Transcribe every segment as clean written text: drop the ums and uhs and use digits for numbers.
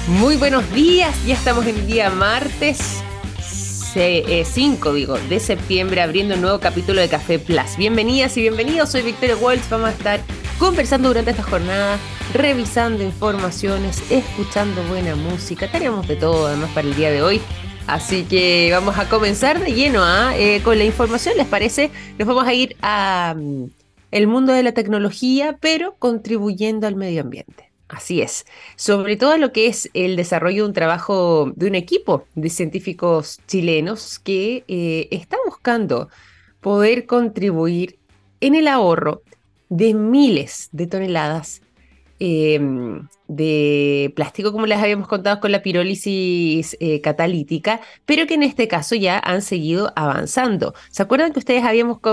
Muy buenos días, ya estamos en día martes 5 de septiembre, abriendo un nuevo capítulo de Café Plus. Bienvenidas y bienvenidos, soy Victoria Waltz. Vamos a estar conversando durante esta jornada, revisando informaciones, escuchando buena música. Tenemos de todo además para el día de hoy. Así que vamos a comenzar de lleno con la información, ¿les parece? Nos vamos a ir a el mundo de la tecnología, pero contribuyendo al medio ambiente. Así es, sobre todo lo que es el desarrollo de un trabajo de un equipo de científicos chilenos que está buscando poder contribuir en el ahorro de miles de toneladas eh, de plástico, como les habíamos contado con la pirólisis catalítica, pero que en este caso ya han seguido avanzando. ¿Se acuerdan que ustedes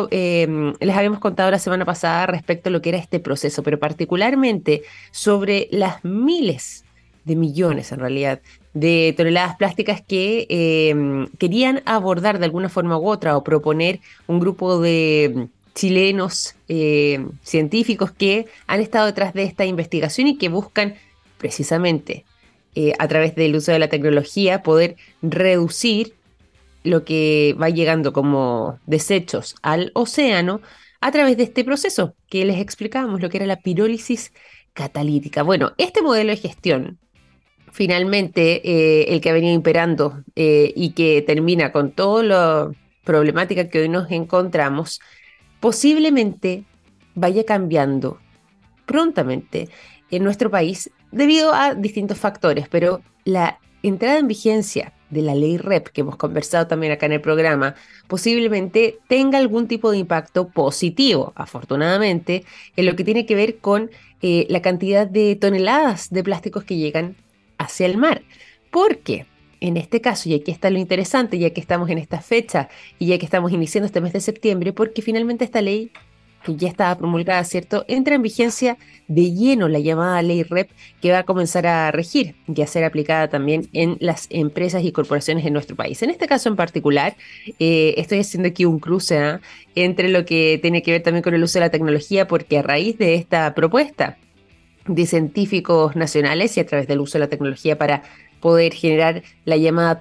les habíamos contado la semana pasada respecto a lo que era este proceso, pero particularmente sobre las miles de millones, en realidad, de toneladas plásticas que querían abordar de alguna forma u otra o proponer un grupo de chilenos científicos que han estado detrás de esta investigación y que buscan precisamente a través del uso de la tecnología poder reducir lo que va llegando como desechos al océano a través de este proceso que les explicábamos, lo que era la pirólisis catalítica. Bueno, este modelo de gestión, finalmente, el que ha venido imperando y que termina con toda la problemática que hoy nos encontramos, posiblemente vaya cambiando prontamente en nuestro país debido a distintos factores, pero la entrada en vigencia de la ley REP, que hemos conversado también acá en el programa, posiblemente tenga algún tipo de impacto positivo, afortunadamente, en lo que tiene que ver con la cantidad de toneladas de plásticos que llegan hacia el mar. Porque en este caso, y aquí está lo interesante, ya que estamos en esta fecha y ya que estamos iniciando este mes de septiembre, porque finalmente esta ley que ya estaba promulgada, ¿cierto? Entra en vigencia de lleno la llamada ley REP que va a comenzar a regir y a ser aplicada también en las empresas y corporaciones en nuestro país. En este caso en particular, estoy haciendo aquí un cruce entre lo que tiene que ver también con el uso de la tecnología, porque a raíz de esta propuesta de científicos nacionales y a través del uso de la tecnología para poder generar la llamada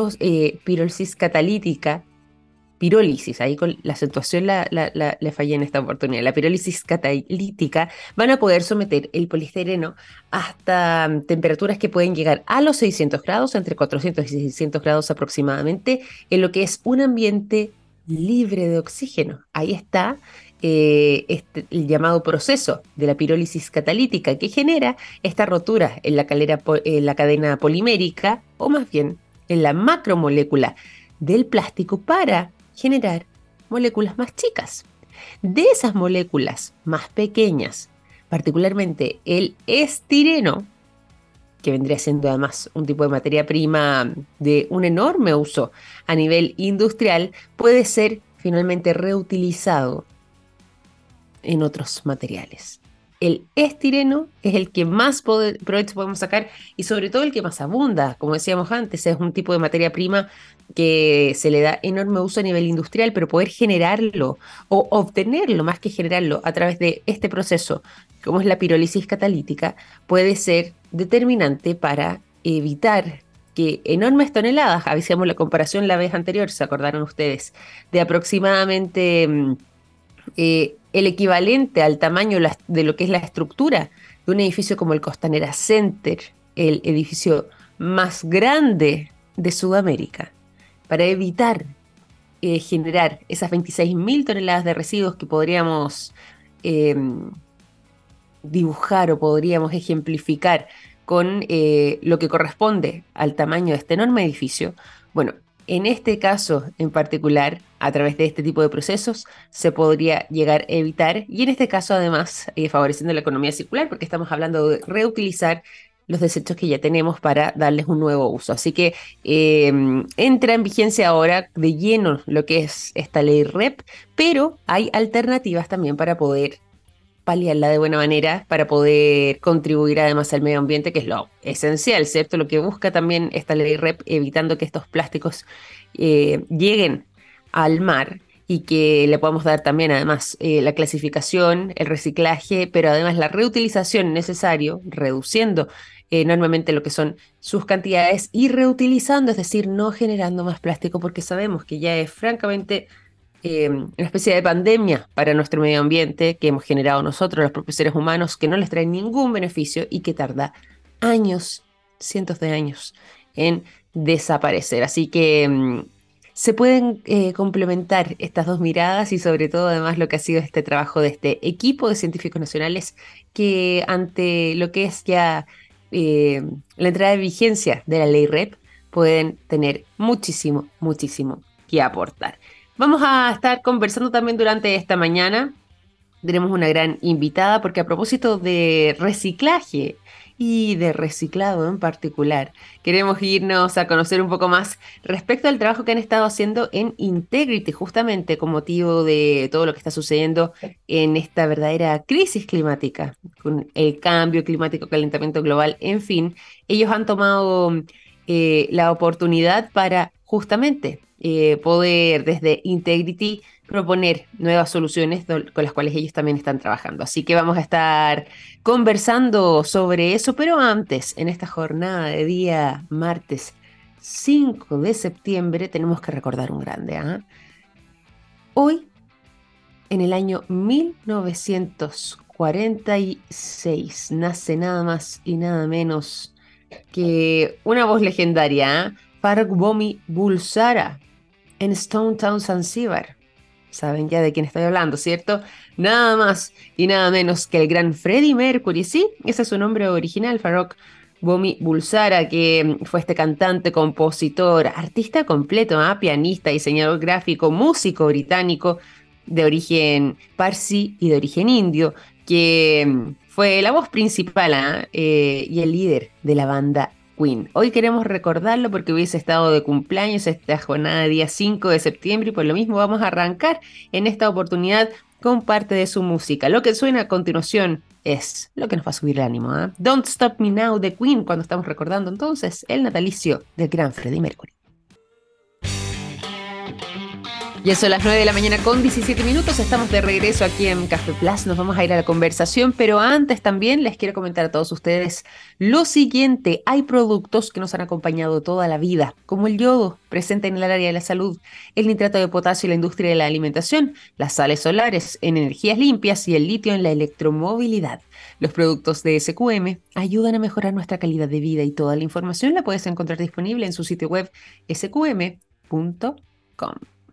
pirólisis catalítica, pirólisis, ahí con la acentuación le fallé en esta oportunidad, la pirólisis catalítica, van a poder someter el poliestireno hasta temperaturas que pueden llegar a los 600 grados, entre 400 y 600 grados aproximadamente, en lo que es un ambiente libre de oxígeno. Ahí está el llamado proceso de la pirólisis catalítica que genera esta rotura en en la cadena polimérica, o más bien en la macromolécula del plástico para generar moléculas más chicas. De esas moléculas más pequeñas, particularmente el estireno, que vendría siendo además un tipo de materia prima de un enorme uso a nivel industrial, puede ser finalmente reutilizado en otros materiales. El estireno es el que más provecho podemos sacar y sobre todo el que más abunda. Como decíamos antes, es un tipo de materia prima que se le da enorme uso a nivel industrial, pero poder generarlo o obtenerlo más que generarlo a través de este proceso, como es la pirólisis catalítica, puede ser determinante para evitar que enormes toneladas, hacíamos la comparación la vez anterior, se acordaron ustedes, de aproximadamente el equivalente al tamaño de lo que es la estructura de un edificio como el Costanera Center, el edificio más grande de Sudamérica, para evitar generar esas 26.000 toneladas de residuos que podríamos eh, dibujar o podríamos ejemplificar con lo que corresponde al tamaño de este enorme edificio. Bueno, en este caso en particular, a través de este tipo de procesos, se podría llegar a evitar, y en este caso además favoreciendo la economía circular, porque estamos hablando de reutilizar los desechos que ya tenemos para darles un nuevo uso. Así que entra en vigencia ahora de lleno lo que es esta ley REP, pero hay alternativas también para poder paliarla de buena manera para poder contribuir además al medio ambiente, que es lo esencial, ¿cierto? Lo que busca también esta ley REP, evitando que estos plásticos lleguen al mar y que le podamos dar también además la clasificación, el reciclaje, pero además la reutilización necesario, reduciendo normalmente lo que son sus cantidades y reutilizando, es decir, no generando más plástico porque sabemos que ya es francamente una especie de pandemia para nuestro medio ambiente que hemos generado nosotros, los propios seres humanos, que no les trae ningún beneficio y que tarda años, cientos de años, en desaparecer. Así que se pueden complementar estas dos miradas y sobre todo además lo que ha sido este trabajo de este equipo de científicos nacionales que ante lo que es ya eh, la entrada de vigencia de la ley REP pueden tener muchísimo, muchísimo que aportar. Vamos a estar conversando también durante esta mañana. Tenemos una gran invitada porque a propósito de reciclaje y de reciclado en particular, queremos irnos a conocer un poco más respecto al trabajo que han estado haciendo en Integrity, justamente con motivo de todo lo que está sucediendo en esta verdadera crisis climática, con el cambio climático, calentamiento global, en fin. Ellos han tomado la oportunidad para justamente poder desde Integrity proponer nuevas soluciones con las cuales ellos también están trabajando. Así que vamos a estar conversando sobre eso, pero antes, en esta jornada de día martes 5 de septiembre, tenemos que recordar un grande. Hoy, en el año 1946, nace nada más y nada menos que una voz legendaria, Farrokh Bomi Bulsara, en Stone Town, Zanzíbar. Saben ya de quién estoy hablando, ¿cierto? Nada más y nada menos que el gran Freddie Mercury, ¿sí? Ese es su nombre original, Farrokh Bomi Bulsara, que fue este cantante, compositor, artista completo, pianista, diseñador gráfico, músico británico de origen parsi y de origen indio, que fue la voz principal y el líder de la banda Queen. Hoy queremos recordarlo porque hubiese estado de cumpleaños esta jornada día 5 de septiembre y por lo mismo vamos a arrancar en esta oportunidad con parte de su música. Lo que suena a continuación es lo que nos va a subir el ánimo. Don't Stop Me Now de Queen cuando estamos recordando entonces el natalicio del gran Freddie Mercury. Ya son las 9 de la mañana con 17 minutos, estamos de regreso aquí en Café Plus, nos vamos a ir a la conversación, pero antes también les quiero comentar a todos ustedes lo siguiente: hay productos que nos han acompañado toda la vida, como el yodo, presente en el área de la salud, el nitrato de potasio en la industria de la alimentación, las sales solares en energías limpias y el litio en la electromovilidad. Los productos de SQM ayudan a mejorar nuestra calidad de vida y toda la información la puedes encontrar disponible en su sitio web sqm.com.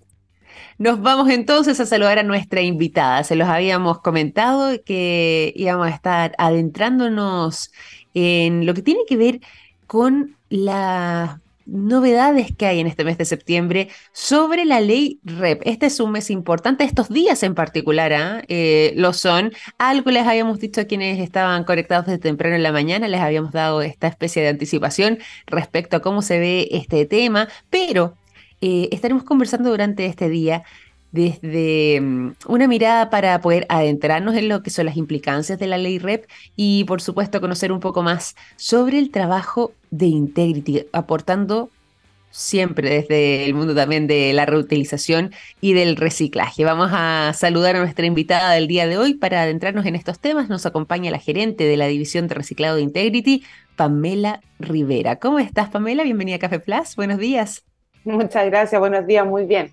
Nos vamos entonces a saludar a nuestra invitada. Se los habíamos comentado que íbamos a estar adentrándonos en lo que tiene que ver con las novedades que hay en este mes de septiembre sobre la ley REP. Este es un mes importante, estos días en particular, lo son. Algo les habíamos dicho a quienes estaban conectados desde temprano en la mañana, les habíamos dado esta especie de anticipación respecto a cómo se ve este tema, pero estaremos conversando durante este día desde una mirada para poder adentrarnos en lo que son las implicancias de la ley REP y, por supuesto, conocer un poco más sobre el trabajo de Integrity, aportando siempre desde el mundo también de la reutilización y del reciclaje. Vamos a saludar a nuestra invitada del día de hoy para adentrarnos en estos temas. Nos acompaña la gerente de la División de Reciclado de Integrity, Pamela Rivera. ¿Cómo estás, Pamela? Bienvenida a Café Plus. Buenos días. Muchas gracias, buenos días, muy bien.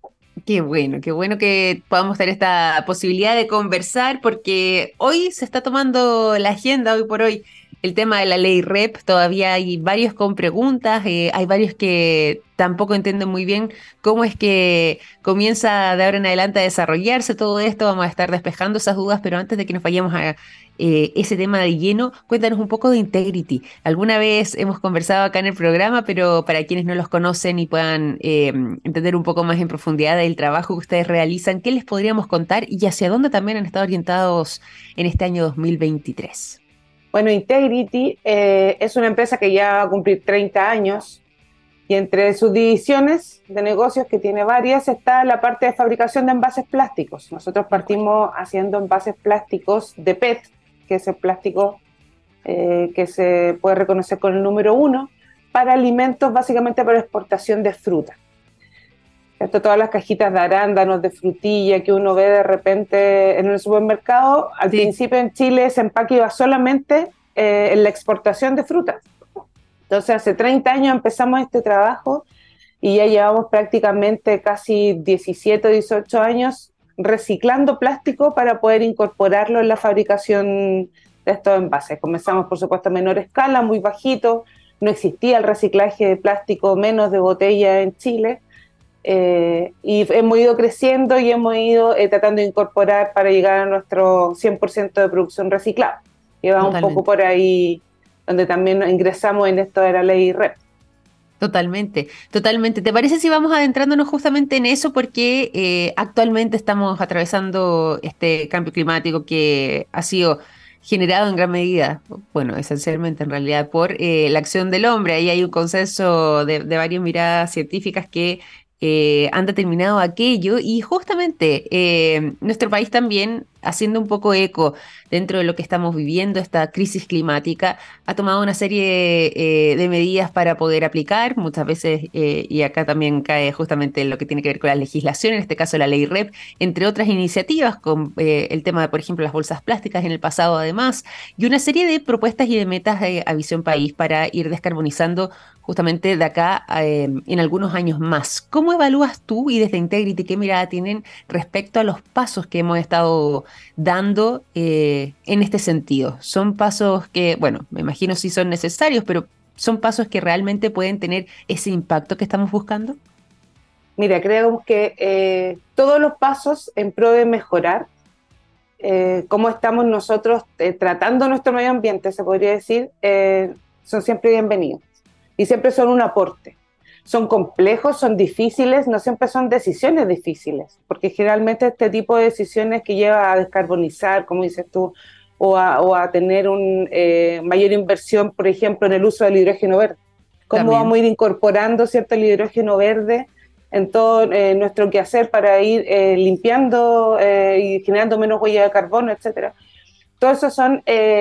Qué bueno que podamos tener esta posibilidad de conversar porque hoy se está tomando la agenda, hoy por hoy, el tema de la ley REP. Todavía hay varios con preguntas, hay varios que tampoco entienden muy bien cómo es que comienza de ahora en adelante a desarrollarse todo esto. Vamos a estar despejando esas dudas, pero antes de que nos vayamos a ese tema de lleno, cuéntanos un poco de Integrity. Alguna vez hemos conversado acá en el programa, pero para quienes no los conocen y puedan entender un poco más en profundidad del trabajo que ustedes realizan, ¿qué les podríamos contar y hacia dónde también han estado orientados en este año 2023? Bueno, Integrity es una empresa que ya va a cumplir 30 años y entre sus divisiones de negocios, que tiene varias, está la parte de fabricación de envases plásticos. Nosotros partimos haciendo envases plásticos de PET, que es el plástico que se puede reconocer con el número 1, para alimentos, básicamente para exportación de fruta. Esto, todas las cajitas de arándanos, de frutilla que uno ve de repente en el supermercado, al Sí. principio en Chile ese empaque iba solamente en la exportación de frutas. Entonces, hace 30 años empezamos este trabajo y ya llevamos prácticamente casi 17 o 18 años reciclando plástico para poder incorporarlo en la fabricación de estos envases. Comenzamos, por supuesto, a menor escala, muy bajito, no existía el reciclaje de plástico menos de botella en Chile, y hemos ido creciendo y hemos ido tratando de incorporar para llegar a nuestro 100% de producción reciclada. Y va un poco por ahí donde también ingresamos en esto de la ley REP. Totalmente, totalmente. ¿Te parece si vamos adentrándonos justamente en eso? Porque actualmente estamos atravesando este cambio climático que ha sido generado en gran medida, bueno, esencialmente en realidad, por la acción del hombre. Ahí hay un consenso de varias miradas científicas que han determinado aquello y justamente nuestro país también, haciendo un poco eco dentro de lo que estamos viviendo, esta crisis climática, ha tomado una serie de medidas para poder aplicar, muchas veces, y acá también cae justamente lo que tiene que ver con la legislación, en este caso la ley REP, entre otras iniciativas, con el tema de, por ejemplo, las bolsas plásticas en el pasado además, y una serie de propuestas y de metas a Visión País para ir descarbonizando justamente de acá en algunos años más. ¿Cómo evalúas tú y desde Integrity qué mirada tienen respecto a los pasos que hemos estado dando en este sentido? Son pasos que, bueno, me imagino sí son necesarios, pero ¿son pasos que realmente pueden tener ese impacto que estamos buscando? Mira, creo que todos los pasos en pro de mejorar cómo estamos nosotros tratando nuestro medio ambiente, se podría decir, son siempre bienvenidos y siempre son un aporte. Son complejos, son difíciles, no siempre son decisiones difíciles, porque generalmente este tipo de decisiones que lleva a descarbonizar, como dices tú, o a tener una mayor inversión, por ejemplo, en el uso del hidrógeno verde. ¿Cómo También. vamos a ir incorporando cierto el hidrógeno verde en todo nuestro quehacer para ir limpiando y generando menos huella de carbono, etcétera? Todo eso son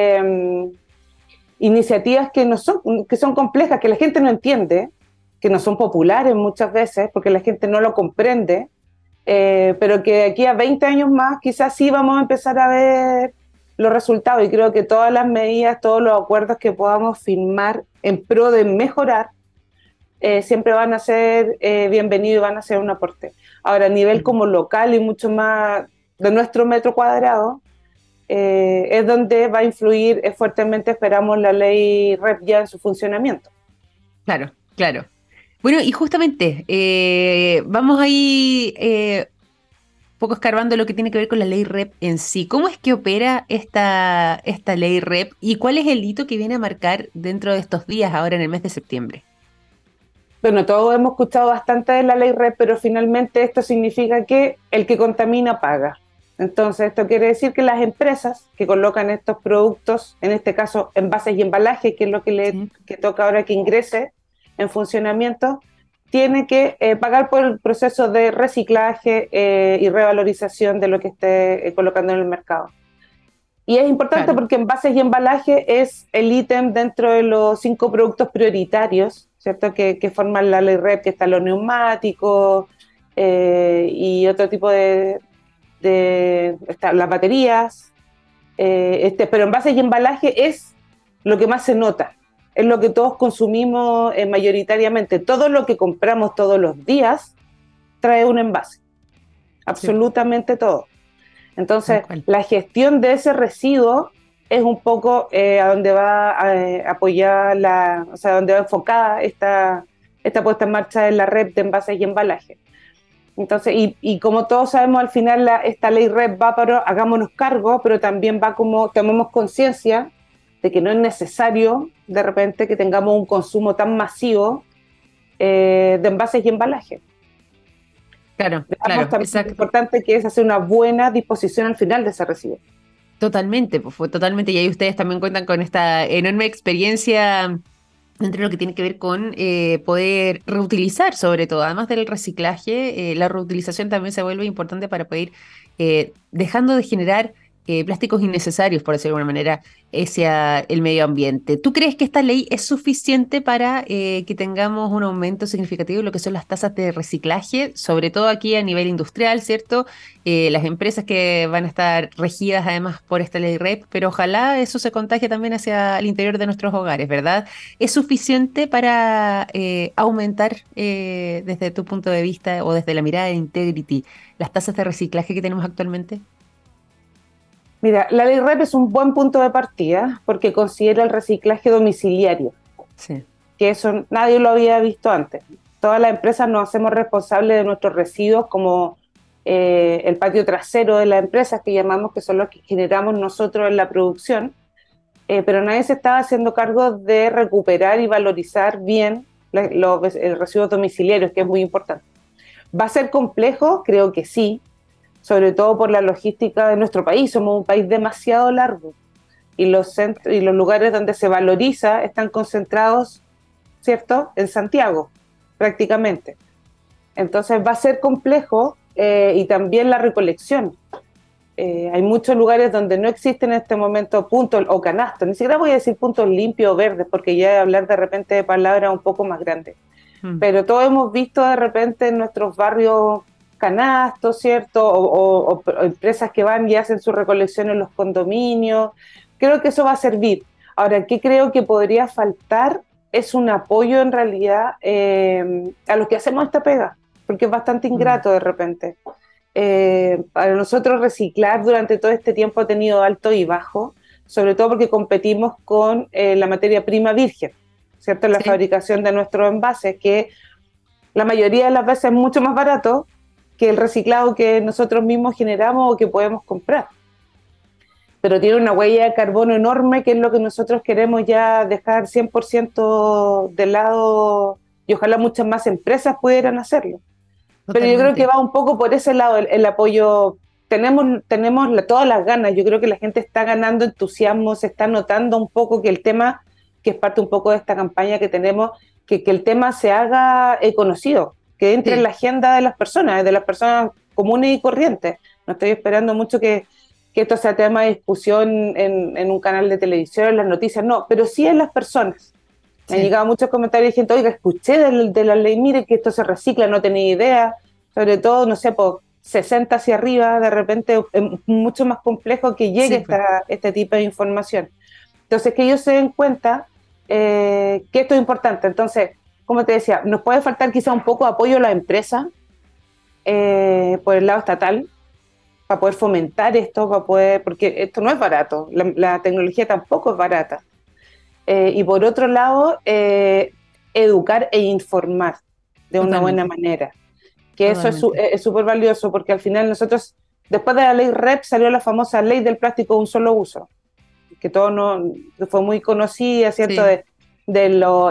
iniciativas que son complejas, que la gente no entiende, que no son populares muchas veces, porque la gente no lo comprende, pero que de aquí a 20 años más quizás sí vamos a empezar a ver los resultados, y creo que todas las medidas, todos los acuerdos que podamos firmar en pro de mejorar, siempre van a ser bienvenidos y van a ser un aporte. Ahora, a nivel como local y mucho más de nuestro metro cuadrado, es donde va a influir fuertemente, esperamos, la ley REP ya en su funcionamiento. Claro, claro. Bueno, y justamente vamos ahí un poco escarbando lo que tiene que ver con la ley REP en sí. ¿Cómo es que opera esta ley REP y cuál es el hito que viene a marcar dentro de estos días, ahora en el mes de septiembre? Bueno, todos hemos escuchado bastante de la ley REP, pero finalmente esto significa que el que contamina paga. Entonces, esto quiere decir que las empresas que colocan estos productos, en este caso envases y embalajes, que es lo que toca ahora que ingrese en funcionamiento, tiene que pagar por el proceso de reciclaje y revalorización de lo que esté colocando en el mercado. Y es importante porque envases y embalaje es el ítem dentro de los 5 productos prioritarios, ¿cierto? Que forman la ley REP, que están los neumáticos y otro tipo las baterías. Pero envases y embalaje es lo que más se nota, es lo que todos consumimos mayoritariamente. Todo lo que compramos todos los días trae un envase, absolutamente todo. Entonces, la gestión de ese residuo es un poco a donde va a apoyar donde va enfocada esta puesta en marcha de la REP de envases y embalaje. Entonces, y como todos sabemos, al final esta ley REP va para hagámonos cargo, pero también va como tomemos conciencia de que no es necesario de repente que tengamos un consumo tan masivo de envases y embalaje. Claro, exacto. Lo importante que es hacer una buena disposición al final de ese residuo. Totalmente, pues fue totalmente, y ahí ustedes también cuentan con esta enorme experiencia entre lo que tiene que ver con poder reutilizar, sobre todo, además del reciclaje, la reutilización también se vuelve importante para poder ir dejando de generar plásticos innecesarios, por decirlo de alguna manera, hacia el medio ambiente. ¿Tú crees que esta ley es suficiente para que tengamos un aumento significativo en lo que son las tasas de reciclaje, sobre todo aquí a nivel industrial, ¿cierto? Las empresas que van a estar regidas además por esta ley REP, pero ojalá eso se contagie también hacia el interior de nuestros hogares, ¿verdad? ¿Es suficiente para aumentar desde tu punto de vista o desde la mirada de Integrity las tasas de reciclaje que tenemos actualmente? Mira, la ley REP es un buen punto de partida porque considera el reciclaje domiciliario, Sí. que eso nadie lo había visto antes. Todas las empresas nos hacemos responsables de nuestros residuos como el patio trasero de las empresas que llamamos, que son los que generamos nosotros en la producción, pero nadie se estaba haciendo cargo de recuperar y valorizar bien los residuos domiciliarios, que es muy importante. ¿Va a ser complejo? Creo que sí, sobre todo por la logística de nuestro país. Somos un país demasiado largo y y los lugares donde se valoriza están concentrados, ¿cierto?, en Santiago, prácticamente. Entonces va a ser complejo y también la recolección. Hay muchos lugares donde no existen en este momento puntos o canastos, ni siquiera voy a decir puntos limpios o verdes, porque ya hablar de repente de palabras un poco más grandes. Mm. Pero todos hemos visto de repente en nuestros barrios canastos, ¿cierto? O empresas que van y hacen su recolección en los condominios. Creo que eso va a servir. Ahora, ¿qué creo que podría faltar? Es un apoyo en realidad a los que hacemos esta pega, porque es bastante Mm. ingrato de repente. Para nosotros reciclar durante todo este tiempo ha tenido alto y bajo, sobre todo porque competimos con la materia prima virgen, ¿cierto? La Sí. fabricación de nuestros envases, que la mayoría de las veces es mucho más barato que el reciclado que nosotros mismos generamos o que podemos comprar. Pero tiene una huella de carbono enorme, que es lo que nosotros queremos ya dejar 100% de lado, y ojalá muchas más empresas pudieran hacerlo. Pero yo creo que Totalmente. va un poco por ese lado el apoyo. Tenemos todas las ganas. Yo creo que la gente está ganando entusiasmo, se está notando un poco que el tema, que es parte un poco de esta campaña que tenemos, que el tema se haga conocido, que entre en Sí. la agenda de las personas comunes y corrientes. No estoy esperando mucho que esto sea tema de discusión en un canal de televisión, en las noticias, no, pero sí en las personas. Me han Sí. llegado muchos comentarios de gente, oiga, escuché de la ley, mire que esto se recicla, no tenía idea, sobre todo, no sé, por 60 hacia arriba, de repente es mucho más complejo que llegue Sí, pues. este tipo de información. Entonces, que ellos se den cuenta que esto es importante. Entonces, como te decía, nos puede faltar quizá un poco de apoyo a la empresa por el lado estatal, para poder fomentar esto, para poder, porque esto no es barato, la tecnología tampoco es barata. Y por otro lado, educar e informar de una buena Totalmente. manera, que eso Totalmente. es súper valioso, porque al final nosotros, después de la ley REP, salió la famosa ley del plástico de un solo uso, que todo no, que fue muy conocida, ¿cierto? Sí, De, lo,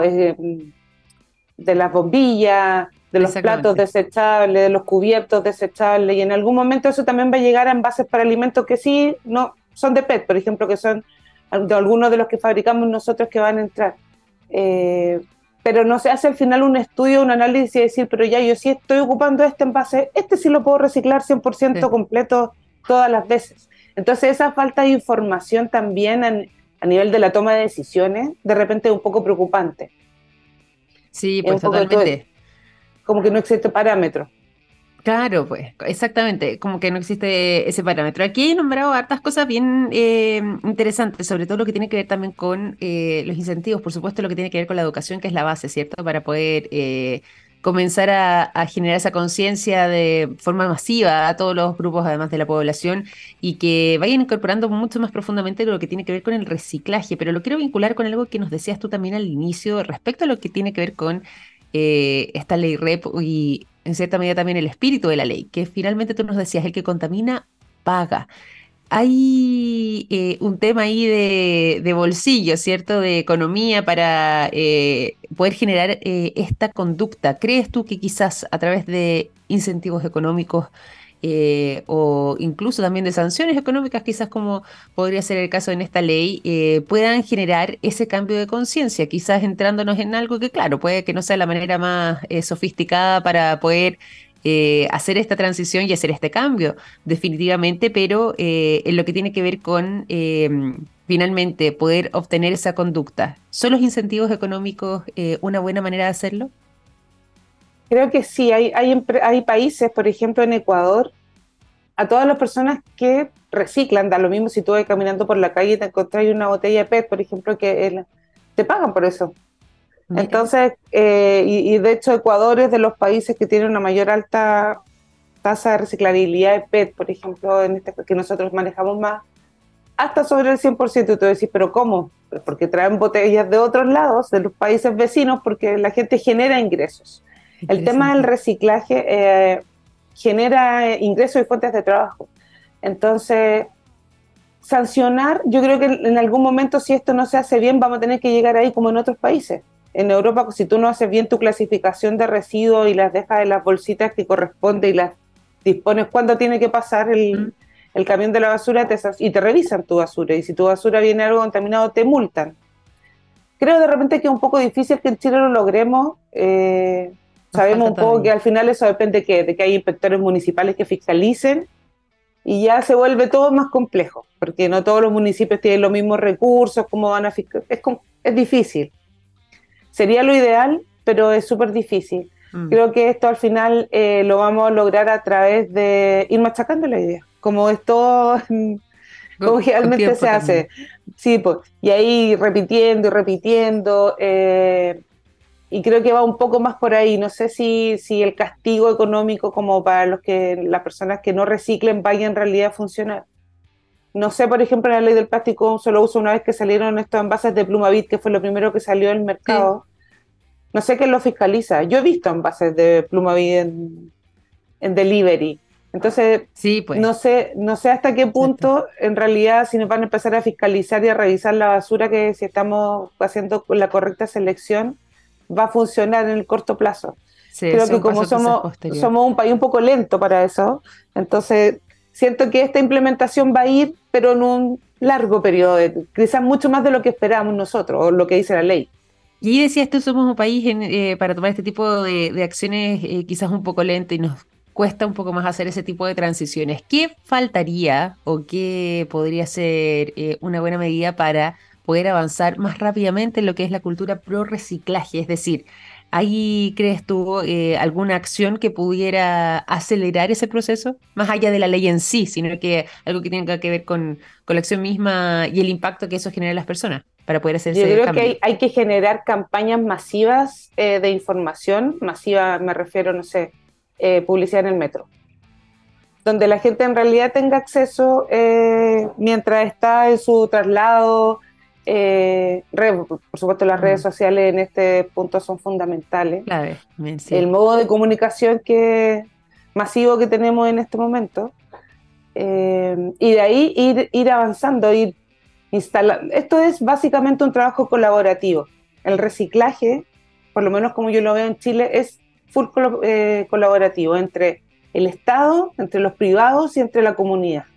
de las bombillas, de los platos exactamente. desechables, de los cubiertos desechables, y en algún momento eso también va a llegar a envases para alimentos que sí, no son de PET, por ejemplo, que son de algunos de los que fabricamos nosotros que van a entrar. Eh, pero no se hace al final un estudio, un análisis y decir, pero ya yo sí estoy ocupando este envase, este sí lo puedo reciclar 100% Sí. completo todas las veces. Entonces esa falta de información también a nivel de la toma de decisiones, de repente es un poco preocupante. Sí, Es pues un poco totalmente. como que no existe parámetro. Claro, pues, exactamente, como que no existe ese parámetro. Aquí he nombrado hartas cosas bien interesantes, sobre todo lo que tiene que ver también con los incentivos, por supuesto lo que tiene que ver con la educación, que es la base, ¿cierto? Para poder comenzar a generar esa conciencia de forma masiva a todos los grupos, además de la población, y que vayan incorporando mucho más profundamente lo que tiene que ver con el reciclaje. Pero lo quiero vincular con algo que nos decías tú también al inicio, respecto a lo que tiene que ver con esta ley REP y en cierta medida también el espíritu de la ley, que finalmente tú nos decías, el que contamina paga. Hay un tema ahí de bolsillo, ¿cierto? De economía para poder generar esta conducta. ¿Crees tú que quizás a través de incentivos económicos o incluso también de sanciones económicas, quizás como podría ser el caso en esta ley, puedan generar ese cambio de conciencia, quizás entrándonos en algo que, claro, puede que no sea la manera más sofisticada para poder hacer esta transición y hacer este cambio, definitivamente, pero en lo que tiene que ver con finalmente poder obtener esa conducta, ¿son los incentivos económicos una buena manera de hacerlo? Creo que sí, hay países, por ejemplo en Ecuador, a todas las personas que reciclan, da lo mismo si tú vas caminando por la calle y te encontrás una botella de PET, por ejemplo, te pagan por eso. Mira, Entonces, y de hecho Ecuador es de los países que tiene una mayor alta tasa de reciclabilidad de PET, por ejemplo, que nosotros manejamos más, hasta sobre el 100%. Y tú decís, ¿pero cómo? Pues porque traen botellas de otros lados, de los países vecinos, porque la gente genera ingresos. El tema del interesante. reciclaje genera ingresos y fuentes de trabajo. Entonces, sancionar, yo creo que en algún momento si esto no se hace bien, vamos a tener que llegar ahí como en otros países. En Europa, si tú no haces bien tu clasificación de residuos y las dejas en las bolsitas que corresponde y las dispones cuándo tiene que pasar Mm, el camión de la basura y te revisan tu basura. Y si tu basura viene algo contaminado, te multan. Creo de repente que es un poco difícil que en Chile lo logremos. nos Sabemos falta un poco que todavía. al final eso depende de que hay inspectores municipales que fiscalicen y ya se vuelve todo más complejo, porque no todos los municipios tienen los mismos recursos, cómo van a fiscalizar. Es difícil. Sería lo ideal, pero es súper difícil. Mm, Creo que esto al final lo vamos a lograr a través de ir machacando la idea, como esto como con generalmente tiempo se también. hace. Sí, pues, y ahí repitiendo y repitiendo, y creo que va un poco más por ahí. No sé si el castigo económico como para las personas que no reciclen vaya en realidad a funcionar. No sé, por ejemplo, la ley del plástico un solo uso, una vez que salieron estos envases de Plumavit, que fue lo primero que salió del Sí, mercado, no sé quién lo fiscaliza. Yo he visto envases de Plumavit en delivery. Entonces, sí, pues, no sé hasta qué exacto. punto en realidad si nos van a empezar a fiscalizar y a revisar la basura, que si estamos haciendo la correcta selección, va a funcionar en el corto plazo. Sí, Creo eso es que un como paso quizás somos, posterior. somos un país un poco lento para eso, entonces siento que esta implementación va a ir, pero en un largo periodo, quizás mucho más de lo que esperábamos nosotros, o lo que dice la ley. Y ahí decías tú, somos un país para tomar este tipo de acciones quizás un poco lento y nos cuesta un poco más hacer ese tipo de transiciones. ¿Qué faltaría o qué podría ser una buena medida para poder avanzar más rápidamente en lo que es la cultura pro reciclaje? Es decir, ¿ahí crees tú alguna acción que pudiera acelerar ese proceso? Más allá de la ley en sí, sino que algo que tenga que ver con la acción misma y el impacto que eso genera en las personas para poder hacer Yo ese creo que cambio. hay que generar campañas masivas de información, masiva me refiero, no sé, publicidad en el metro, donde la gente en realidad tenga acceso mientras está en su traslado. Por supuesto, las redes Mm, sociales en este punto son fundamentales. clave, El sí. modo de comunicación masivo que tenemos en este momento. Y de ahí ir avanzando, esto es básicamente un trabajo colaborativo. El reciclaje, por lo menos como yo lo veo en Chile, es full colaborativo entre el Estado, entre los privados y entre la comunidad.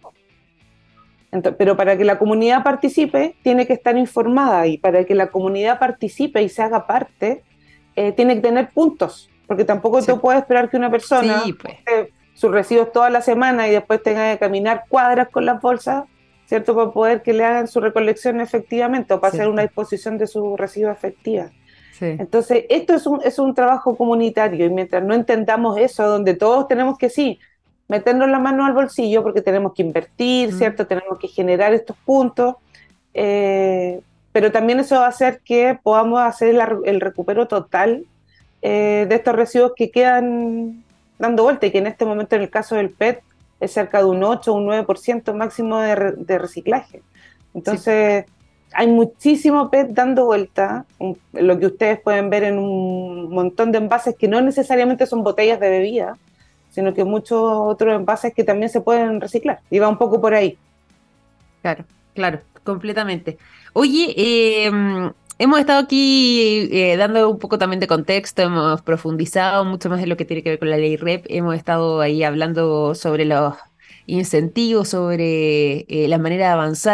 Pero para que la comunidad participe, tiene que estar informada, y para que la comunidad participe y se haga parte, tiene que tener puntos, porque tampoco Sí, tú puedes esperar que una persona sí, pues, junte sus residuos toda la semana y después tenga que caminar cuadras con las bolsas, ¿cierto? Para poder que le hagan su recolección efectivamente o para hacer una cierto. disposición de sus residuos efectiva. Sí. Entonces, esto es un trabajo comunitario, y mientras no entendamos eso, donde todos tenemos que sí, meternos la mano al bolsillo porque tenemos que invertir, Mm, ¿cierto? Tenemos que generar estos puntos, eh, pero también eso va a hacer que podamos hacer el recupero total de estos residuos que quedan dando vuelta, y que en este momento en el caso del PET es cerca de un 8 o un 9% máximo de reciclaje. sí, pues. Entonces, hay muchísimo PET dando vuelta, lo que ustedes pueden ver en un montón de envases que no necesariamente son botellas de bebida, sino que muchos otros envases que también se pueden reciclar. Y va un poco por ahí. Claro, claro, completamente. Oye, hemos estado aquí dando un poco también de contexto, hemos profundizado mucho más en lo que tiene que ver con la ley REP, hemos estado ahí hablando sobre los incentivos, sobre la manera de avanzar.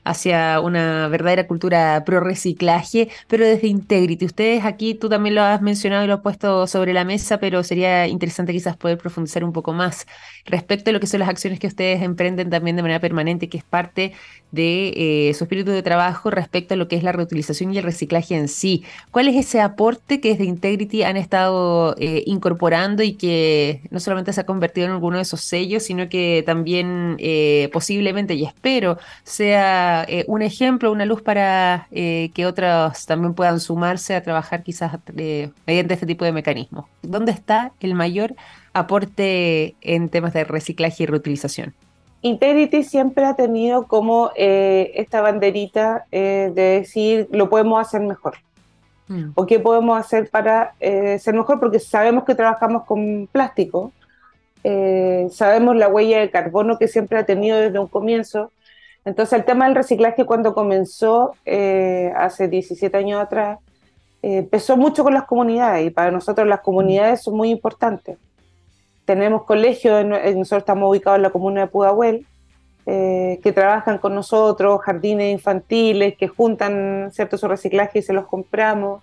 hacia una verdadera cultura pro reciclaje, pero desde Integrity. Ustedes aquí, tú también lo has mencionado y lo has puesto sobre la mesa, pero sería interesante quizás poder profundizar un poco más respecto a lo que son las acciones que ustedes emprenden también de manera permanente, que es parte de su espíritu de trabajo respecto a lo que es la reutilización y el reciclaje en sí. ¿Cuál es ese aporte que desde Integrity han estado incorporando y que no solamente se ha convertido en alguno de esos sellos, sino que también posiblemente, y espero, sea un ejemplo, una luz para que otros también puedan sumarse a trabajar quizás mediante este tipo de mecanismos? ¿Dónde está el mayor aporte en temas de reciclaje y reutilización? Integrity siempre ha tenido como esta banderita de decir lo podemos hacer mejor Mm. o qué podemos hacer para ser mejor porque sabemos que trabajamos con plástico, sabemos la huella de carbono que siempre ha tenido desde un comienzo. Entonces el tema del reciclaje cuando comenzó hace 17 años atrás empezó mucho con las comunidades y para nosotros las Mm. comunidades son muy importantes. Tenemos colegios, nosotros estamos ubicados en la comuna de Pudahuel, que trabajan con nosotros, jardines infantiles, que juntan cierto su reciclaje y se los compramos.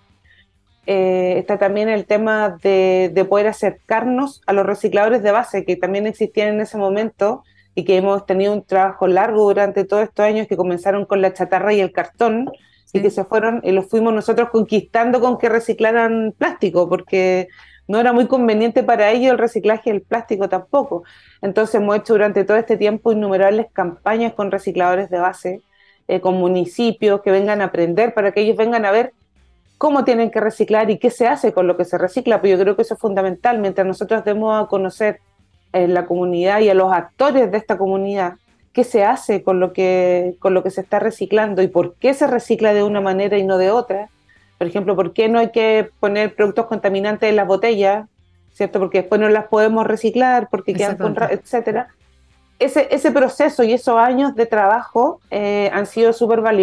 Está también el tema de poder acercarnos a los recicladores de base que también existían en ese momento y que hemos tenido un trabajo largo durante todos estos años que comenzaron con la chatarra y el cartón y que Sí, se fueron y los fuimos nosotros conquistando con que reciclaran plástico porque no era muy conveniente para ellos el reciclaje del plástico tampoco. Entonces hemos hecho durante todo este tiempo innumerables campañas con recicladores de base, con municipios que vengan a aprender para que ellos vengan a ver cómo tienen que reciclar y qué se hace con lo que se recicla, pues yo creo que eso es fundamental. Mientras nosotros demos a conocer en la comunidad y a los actores de esta comunidad qué se hace con lo que se está reciclando y por qué se recicla de una manera y no de otra. Por ejemplo, por qué no hay que poner productos contaminantes en las botellas, ¿cierto? Porque después no las podemos reciclar, porque quedan con, exactamente. etcétera. Ese proceso y esos años de trabajo han sido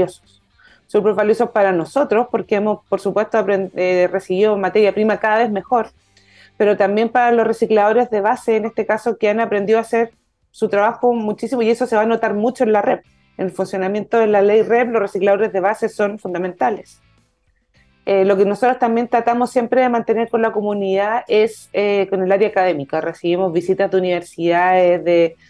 súper valiosos para nosotros porque hemos, por supuesto, recibido materia prima cada vez mejor, pero también para los recicladores de base, en este caso, que han aprendido a hacer su trabajo muchísimo y eso se va a notar mucho en la red. En el funcionamiento de la ley REP, los recicladores de base son fundamentales. Lo que nosotros también tratamos siempre de mantener con la comunidad es con el área académica. Recibimos visitas de universidades,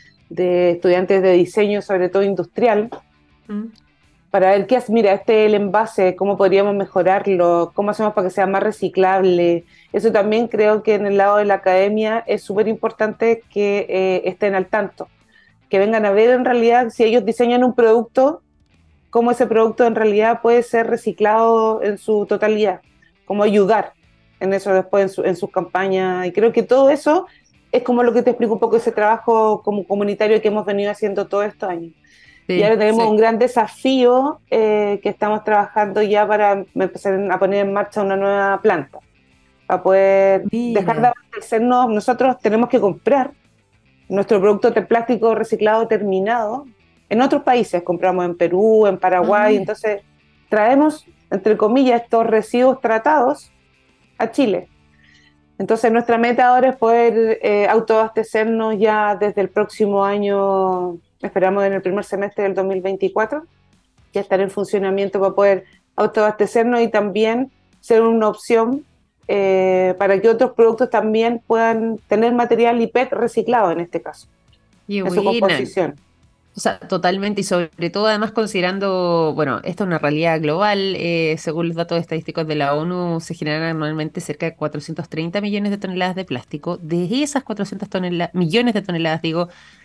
de estudiantes de diseño, sobre todo industrial, Mm. para ver qué es, mira, este es el envase, cómo podríamos mejorarlo, cómo hacemos para que sea más reciclable. Eso también creo que en el lado de la academia es súper importante que estén al tanto, que vengan a ver en realidad si ellos diseñan un producto, cómo ese producto en realidad puede ser reciclado en su totalidad, cómo ayudar en eso después en sus campañas. Y creo que todo eso es como lo que te explico un poco ese trabajo como comunitario que hemos venido haciendo todos estos años. Y Sí, ahora tenemos sí. un gran desafío que estamos trabajando ya para empezar a poner en marcha una nueva planta, para poder dejar de Mira. abastecernos. Nosotros tenemos que comprar nuestro producto de plástico reciclado terminado en otros países, compramos en Perú, en Ah, Paraguay, mira. entonces traemos, entre comillas, estos residuos tratados a Chile. Entonces nuestra meta ahora es poder autoabastecernos ya desde el próximo año, esperamos en el primer semestre del 2024, ya estar en funcionamiento para poder autoabastecernos y también ser una opción para que otros productos también puedan tener material y PET reciclado en este caso, Qué en su buena. composición. O sea, totalmente y sobre todo además considerando, bueno, esto es una realidad global, según los datos estadísticos de la ONU, se generan anualmente cerca de 430 millones de toneladas de plástico. De esas 400 millones de toneladas, digo,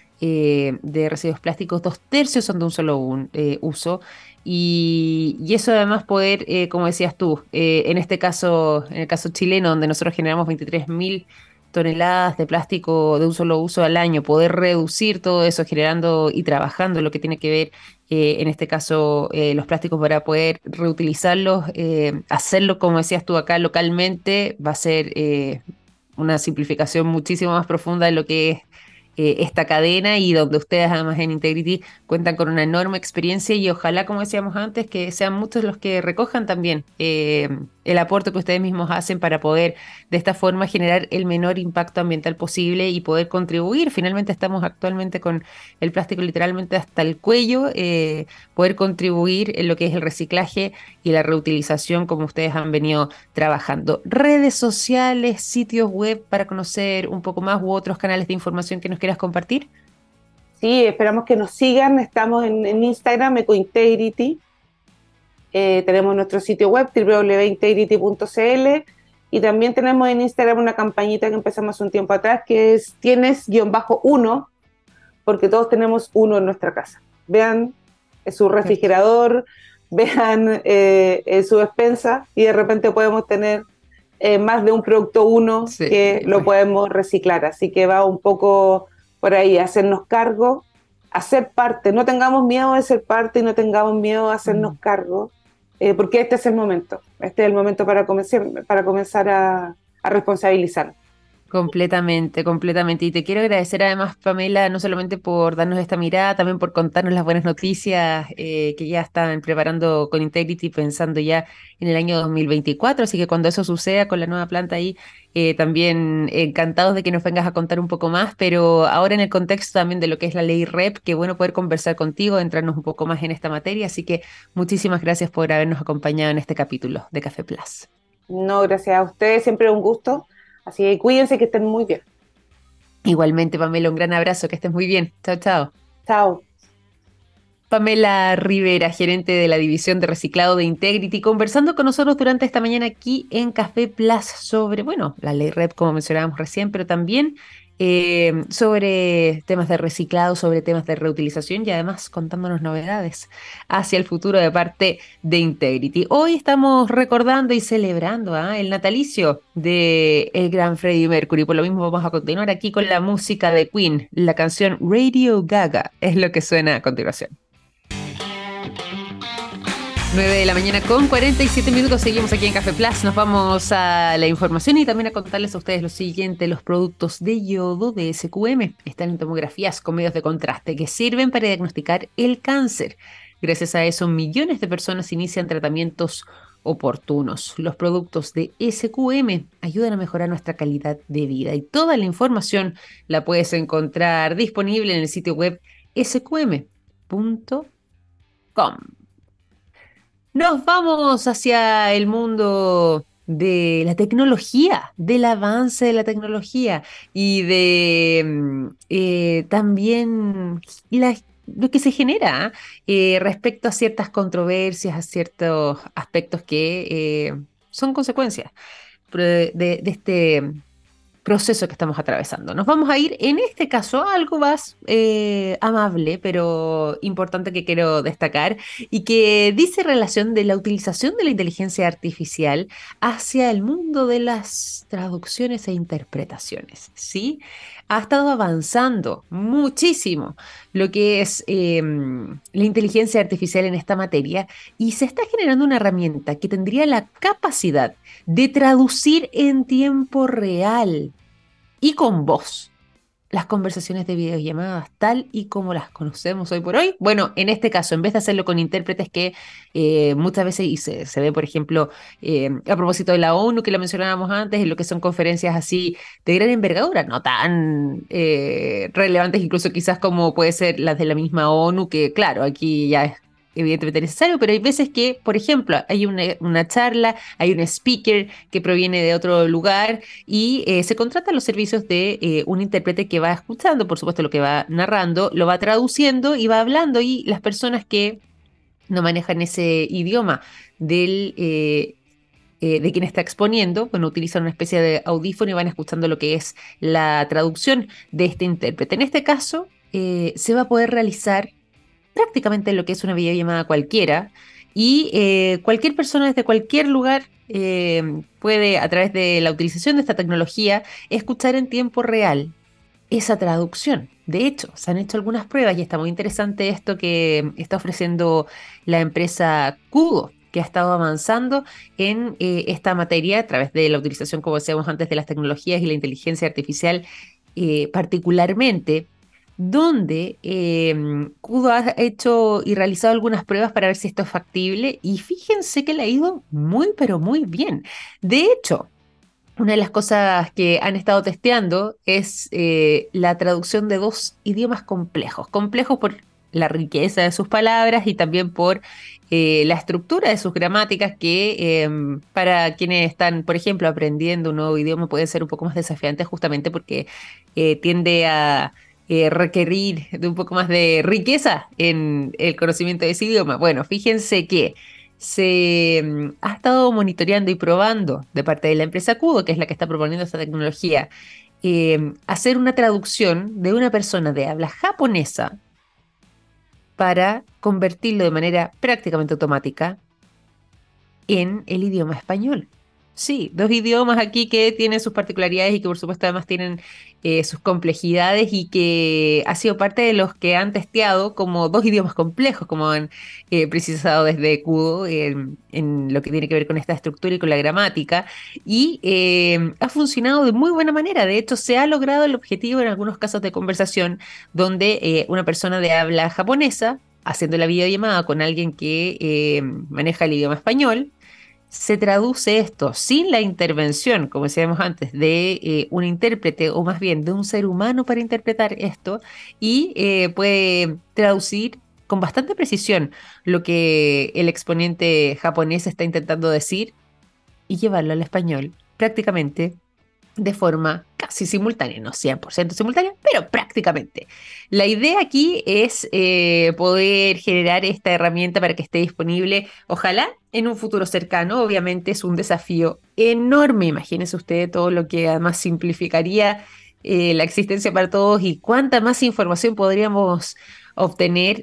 de residuos plásticos, dos tercios son de un solo uso. Y eso además poder, como decías tú, en este caso, en el caso chileno, donde nosotros generamos 23.000 toneladas de plástico de un solo uso al año, poder reducir todo eso generando y trabajando lo que tiene que ver, en este caso, los plásticos para poder reutilizarlos, hacerlo, como decías tú acá localmente, va a ser una simplificación muchísimo más profunda de lo que es esta cadena y donde ustedes además en Integrity cuentan con una enorme experiencia y ojalá, como decíamos antes, que sean muchos los que recojan también el aporte que ustedes mismos hacen para poder de esta forma generar el menor impacto ambiental posible y poder contribuir. Finalmente estamos actualmente con el plástico literalmente hasta el cuello, poder contribuir en lo que es el reciclaje y la reutilización como ustedes han venido trabajando. Redes sociales, sitios web para conocer un poco más u otros canales de información que nos quieras compartir. Sí, esperamos que nos sigan. Estamos en Instagram, Ecointegrity. Tenemos nuestro sitio web, www.integrity.cl, y también tenemos en Instagram una campañita que empezamos hace un tiempo atrás, que es tienes-1, porque todos tenemos uno en nuestra casa. Vean su refrigerador, vean su despensa, y de repente podemos tener más de un producto uno Sí, que lo podemos reciclar. Así que va un poco por ahí, hacernos cargo, hacer parte. No tengamos miedo de ser parte y no tengamos miedo de hacernos cargo, porque este es el momento. Este es el momento para comenzar a responsabilizarnos. completamente, completamente. Y te quiero agradecer además, Pamela, no solamente por darnos esta mirada, también por contarnos las buenas noticias que ya están preparando con Integrity, pensando ya en el año 2024. Así que cuando eso suceda con la nueva planta ahí, también encantados de que nos vengas a contar un poco más, pero ahora en el contexto también de lo que es la ley REP, qué bueno poder conversar contigo, entrarnos un poco más en esta materia. Así que muchísimas gracias por habernos acompañado en este capítulo de Café Plus. No, gracias a ustedes, siempre es un gusto. Así que cuídense, que estén muy bien. Igualmente, Pamela, un gran abrazo, que estés muy bien. Chao, chao. Chao. Pamela Rivera, gerente de la división de reciclado de Integrity, conversando con nosotros durante esta mañana aquí en Café Plus sobre, bueno, la ley REP, como mencionábamos recién, pero también sobre temas de reciclado, sobre temas de reutilización y además contándonos novedades hacia el futuro de parte de Integrity. Hoy estamos recordando y celebrando el natalicio de el gran Freddie Mercury. Por lo mismo vamos a continuar aquí con la música de Queen. La canción Radio Gaga es lo que suena a continuación. 9 de la mañana con 47 minutos, seguimos aquí en Café Plus, nos vamos a la información y también a contarles a ustedes lo siguiente: los productos de yodo de SQM están en tomografías con medios de contraste que sirven para diagnosticar el cáncer. Gracias a eso, millones de personas inician tratamientos oportunos. Los productos de SQM ayudan a mejorar nuestra calidad de vida y toda la información la puedes encontrar disponible en el sitio web sqm.com. Nos vamos hacia el mundo de la tecnología, del avance de la tecnología y de también lo que se genera respecto a ciertas controversias, a ciertos aspectos que son consecuencias de este proceso que estamos atravesando. Nos vamos a ir, en este caso, a algo más amable, pero importante que quiero destacar y que dice relación de la utilización de la inteligencia artificial hacia el mundo de las traducciones e interpretaciones, ¿sí? Ha estado avanzando muchísimo lo que es la inteligencia artificial en esta materia y se está generando una herramienta que tendría la capacidad de traducir en tiempo real y con voz las conversaciones de videollamadas tal y como las conocemos hoy por hoy. Bueno, en este caso, en vez de hacerlo con intérpretes que muchas veces y se ve, por ejemplo, a propósito de la ONU que lo mencionábamos antes, en lo que son conferencias así de gran envergadura, no tan relevantes incluso quizás como puede ser las de la misma ONU, que claro, aquí ya es evidentemente necesario, pero hay veces que, por ejemplo, hay una charla, hay un speaker que proviene de otro lugar y se contratan los servicios de un intérprete que va escuchando, por supuesto, lo que va narrando, lo va traduciendo y va hablando, y las personas que no manejan ese idioma de quien está exponiendo, bueno, utilizan una especie de audífono y van escuchando lo que es la traducción de este intérprete. En este caso, se va a poder realizar prácticamente lo que es una videollamada cualquiera y cualquier persona desde cualquier lugar puede, a través de la utilización de esta tecnología, escuchar en tiempo real esa traducción. De hecho, se han hecho algunas pruebas y está muy interesante esto que está ofreciendo la empresa Kudo, que ha estado avanzando en esta materia a través de la utilización, como decíamos antes, de las tecnologías y la inteligencia artificial particularmente donde Kudo ha hecho y realizado algunas pruebas para ver si esto es factible y fíjense que le ha ido muy, pero muy bien. De hecho, una de las cosas que han estado testeando es la traducción de dos idiomas complejos. Complejos por la riqueza de sus palabras y también por la estructura de sus gramáticas que para quienes están, por ejemplo, aprendiendo un nuevo idioma puede ser un poco más desafiante justamente porque tiende a requerir de un poco más de riqueza en el conocimiento de ese idioma. Bueno, fíjense que ha estado monitoreando y probando de parte de la empresa Kudo, que es la que está proponiendo esta tecnología, hacer una traducción de una persona de habla japonesa para convertirlo de manera prácticamente automática en el idioma español. Sí, dos idiomas aquí que tienen sus particularidades y que por supuesto además tienen sus complejidades y que ha sido parte de los que han testeado como dos idiomas complejos, como han precisado desde Kudo en lo que tiene que ver con esta estructura y con la gramática y ha funcionado de muy buena manera. De hecho, se ha logrado el objetivo en algunos casos de conversación donde una persona de habla japonesa haciendo la videollamada con alguien que maneja el idioma español, se traduce esto sin la intervención, como decíamos antes, de un intérprete o más bien de un ser humano para interpretar esto y puede traducir con bastante precisión lo que el exponente japonés está intentando decir y llevarlo al español prácticamente de forma casi simultánea, no 100% simultánea, pero prácticamente. La idea aquí es poder generar esta herramienta para que esté disponible, ojalá en un futuro cercano. Obviamente es un desafío enorme, imagínense usted todo lo que además simplificaría la existencia para todos y cuánta más información podríamos obtener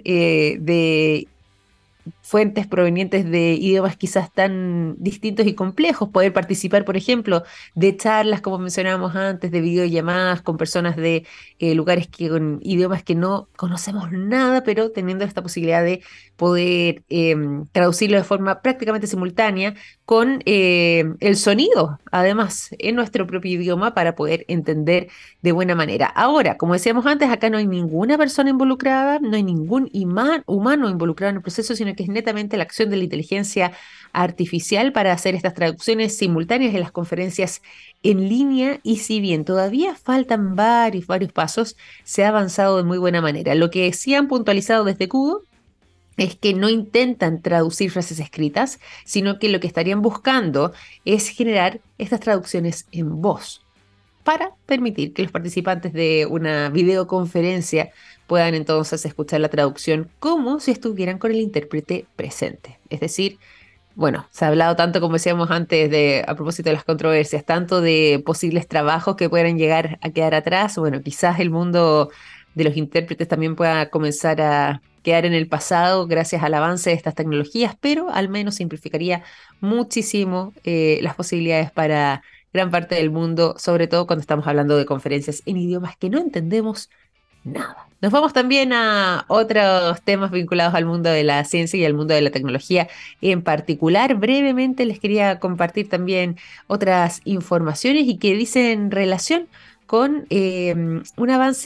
de fuentes provenientes de idiomas quizás tan distintos y complejos, poder participar, por ejemplo, de charlas, como mencionábamos antes, de videollamadas con personas de lugares con idiomas que no conocemos nada, pero teniendo esta posibilidad de poder traducirlo de forma prácticamente simultánea con el sonido, además, en nuestro propio idioma para poder entender de buena manera. Ahora, como decíamos antes, acá no hay ninguna persona involucrada, no hay ningún humano involucrado en el proceso, sino que es netamente la acción de la inteligencia artificial para hacer estas traducciones simultáneas en las conferencias en línea y si bien todavía faltan varios pasos, se ha avanzado de muy buena manera. Lo que sí han puntualizado desde Kudo es que no intentan traducir frases escritas, sino que lo que estarían buscando es generar estas traducciones en voz para permitir que los participantes de una videoconferencia puedan entonces escuchar la traducción como si estuvieran con el intérprete presente. Es decir, bueno, se ha hablado tanto, como decíamos antes, a propósito de las controversias, tanto de posibles trabajos que puedan llegar a quedar atrás. Bueno, quizás el mundo de los intérpretes también pueda comenzar a quedar en el pasado gracias al avance de estas tecnologías, pero al menos simplificaría muchísimo las posibilidades para gran parte del mundo, sobre todo cuando estamos hablando de conferencias en idiomas que no entendemos nada. Nos vamos también a otros temas vinculados al mundo de la ciencia y al mundo de la tecnología. En particular, brevemente les quería compartir también otras informaciones y que dicen relación con un avance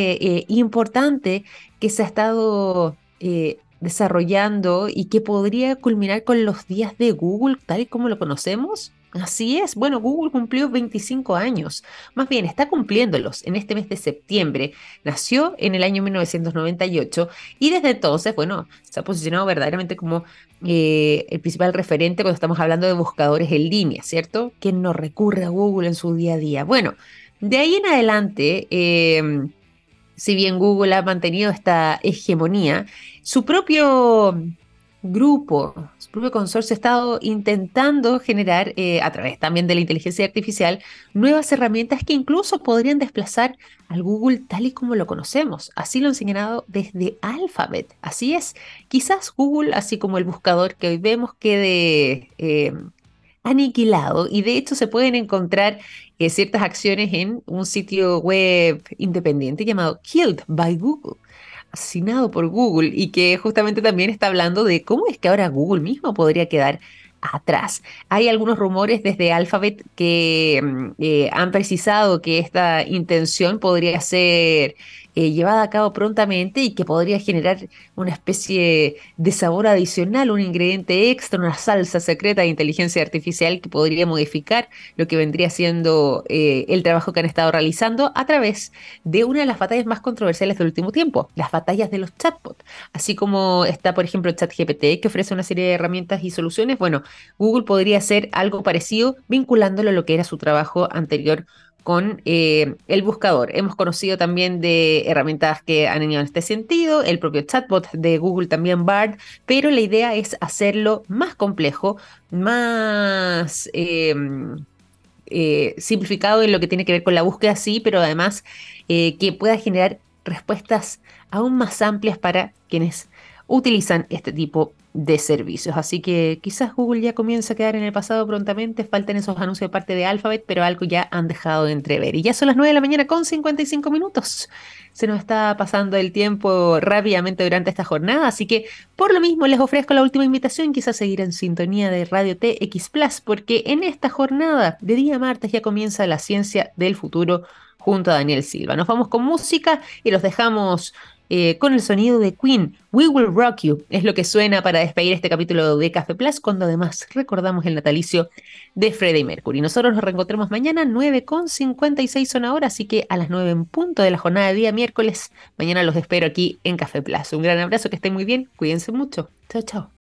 importante que se ha estado desarrollando y que podría culminar con los días de Google tal y como lo conocemos. Así es, bueno, Google cumplió 25 años, más bien está cumpliéndolos en este mes de septiembre. Nació en el año 1998 y desde entonces, bueno, se ha posicionado verdaderamente como el principal referente cuando estamos hablando de buscadores en línea, ¿cierto? ¿Quién no recurre a Google en su día a día? Bueno, de ahí en adelante, si bien Google ha mantenido esta hegemonía, su propio grupo, su propio consorcio ha estado intentando generar, a través también de la inteligencia artificial, nuevas herramientas que incluso podrían desplazar al Google tal y como lo conocemos. Así lo han señalado desde Alphabet. Así es, quizás Google, así como el buscador que hoy vemos, quede aniquilado y de hecho se pueden encontrar ciertas acciones en un sitio web independiente llamado Killed by Google, asesinado por Google y que justamente también está hablando de cómo es que ahora Google mismo podría quedar atrás. Hay algunos rumores desde Alphabet que han precisado que esta intención podría ser llevada a cabo prontamente y que podría generar una especie de sabor adicional, un ingrediente extra, una salsa secreta de inteligencia artificial que podría modificar lo que vendría siendo el trabajo que han estado realizando a través de una de las batallas más controversiales del último tiempo, las batallas de los chatbots. Así como está, por ejemplo, ChatGPT, que ofrece una serie de herramientas y soluciones, bueno, Google podría hacer algo parecido vinculándolo a lo que era su trabajo anterior con el buscador. Hemos conocido también de herramientas que han ido en este sentido, el propio chatbot de Google también, Bard, pero la idea es hacerlo más complejo, más simplificado en lo que tiene que ver con la búsqueda, sí, pero además que pueda generar respuestas aún más amplias para quienes utilizan este tipo de servicios. Así que quizás Google ya comienza a quedar en el pasado prontamente, faltan esos anuncios de parte de Alphabet, pero algo ya han dejado de entrever. Y ya son las 9 de la mañana con 55 minutos. Se nos está pasando el tiempo rápidamente durante esta jornada, así que por lo mismo les ofrezco la última invitación, quizás seguir en sintonía de Radio TX Plus, porque en esta jornada de día martes ya comienza la ciencia del futuro junto a Daniel Silva. Nos vamos con música y los dejamos con el sonido de Queen. We Will Rock You es lo que suena para despedir este capítulo de Café Plus, cuando además recordamos el natalicio de Freddie Mercury. Nosotros nos reencontramos mañana 9:56 son ahora, así que a las 9 en punto de la jornada de día miércoles. Mañana los espero aquí en Café Plus. Un gran abrazo, que estén muy bien, cuídense mucho. Chao, chao.